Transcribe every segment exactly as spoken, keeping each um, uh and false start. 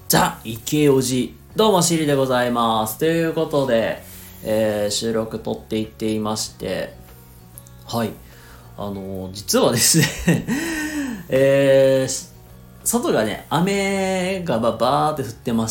ザ・イケオジ。どうもシリでございます。ということで、えー、収録撮っていっていまして、はい。あのー、実はですね、えー、外がね、雨がババーって降ってまして、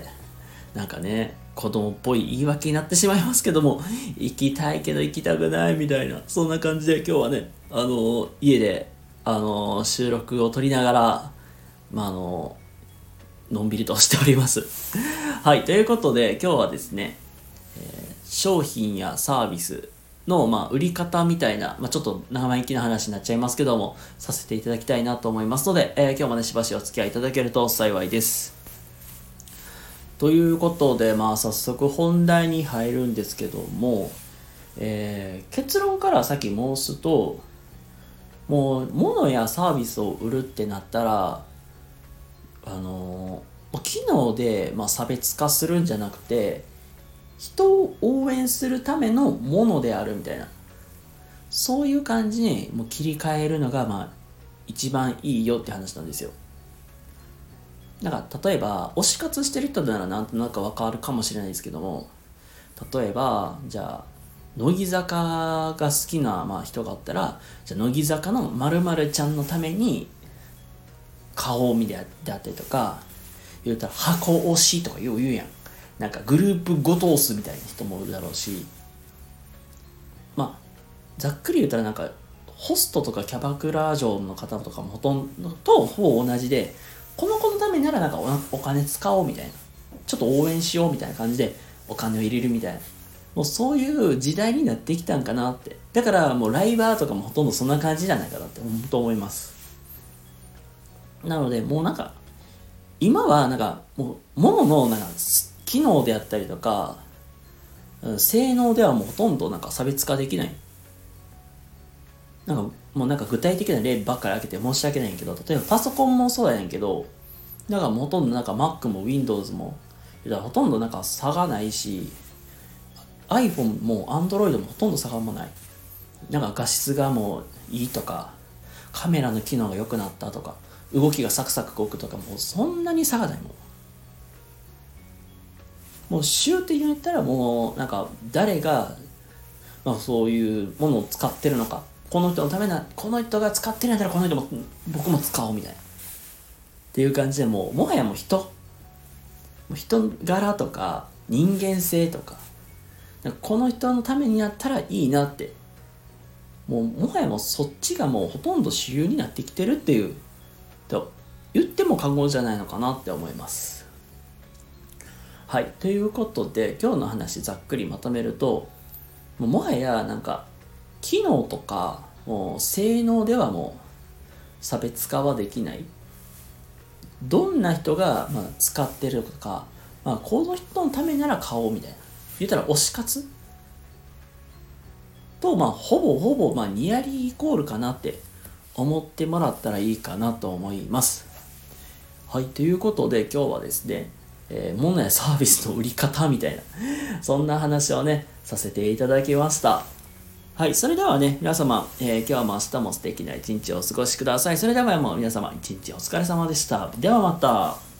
なんかね、子供っぽい言い訳になってしまいますけども、行きたいけど行きたくないみたいな、そんな感じで今日はね、あのー、家で、あのー、収録を撮りながら、まあ、あのー、のんびりとしております。はい、ということで今日はですね、えー、商品やサービスの、まあ、売り方みたいな、まあ、ちょっと生意気な話になっちゃいますけども、させていただきたいなと思いますので、えー、今日もね、しばしお付き合いいただけると幸いです。ということで、まあ、早速本題に入るんですけども、えー、結論から先申すと、もう、物やサービスを売るってなったら、あのー、機能で、まあ、差別化するんじゃなくて、人を応援するためのものであるみたいな、そういう感じにもう切り替えるのが、まあ、一番いいよって話なんですよ。なんか例えば推し活してる人ならなんとなくわかるかもしれないですけども、例えばじゃあ乃木坂が好きな、まあ、人があったら、じゃあ乃木坂の〇〇ちゃんのために顔見であったりとか、言うたら箱推しとかよう言うやん。なんかグループごと押すみたいな人もいるだろうし、まあざっくり言うたらなんかホストとかキャバクラ嬢の方とかもほとんどとほぼ同じで、この子のためならなんか お, お金使おうみたいな、ちょっと応援しようみたいな感じでお金を入れるみたいな、もうそういう時代になってきたんかなって。だからもうライバーとかもほとんどそんな感じじゃないかなって本当思います。なのでもうなんか今はなんかもう物のなんか機能であったりとか性能ではもうほとんどなんか差別化できない。なんかもうなんか具体的な例ばっかり挙げて申し訳ないんけど、例えばパソコンもそうやねんけど、だからほとんどなんか Mac も Windows もほとんどなんか差がないし、 iPhone も Android もほとんど差がもない。なんか画質がもういいとか、カメラの機能が良くなったとか、動きがサクサク動くとか、もうそんなに差がない。もうもう終点言ったらもうなんか誰が、まあ、そういうものを使ってるのか、この人のためな、この人が使ってるんだったらこの人も僕も使おうみたいなっていう感じで、もうもはやもう人もう人柄とか人間性とか、なんかこの人のためになったらいいなって、もうもはやもうそっちがもうほとんど主流になってきてるっていうと言っても過言じゃないのかなって思います。はい、ということで今日の話ざっくりまとめると、もうもはやなんか機能とかもう性能ではもう差別化はできない。どんな人がまあ使ってるとか、まあ、この人のためなら買おうみたいな、言ったら推し活とまあほぼほぼまあニアリーイコールかなって思ってもらったらいいかなと思います。はい、ということで今日はですね、えー、物やサービスの売り方みたいなそんな話をねさせていただきました。はい、それではね皆様、えー、今日も明日も素敵な一日をお過ごしください。それではもう皆様一日お疲れ様でした。ではまた。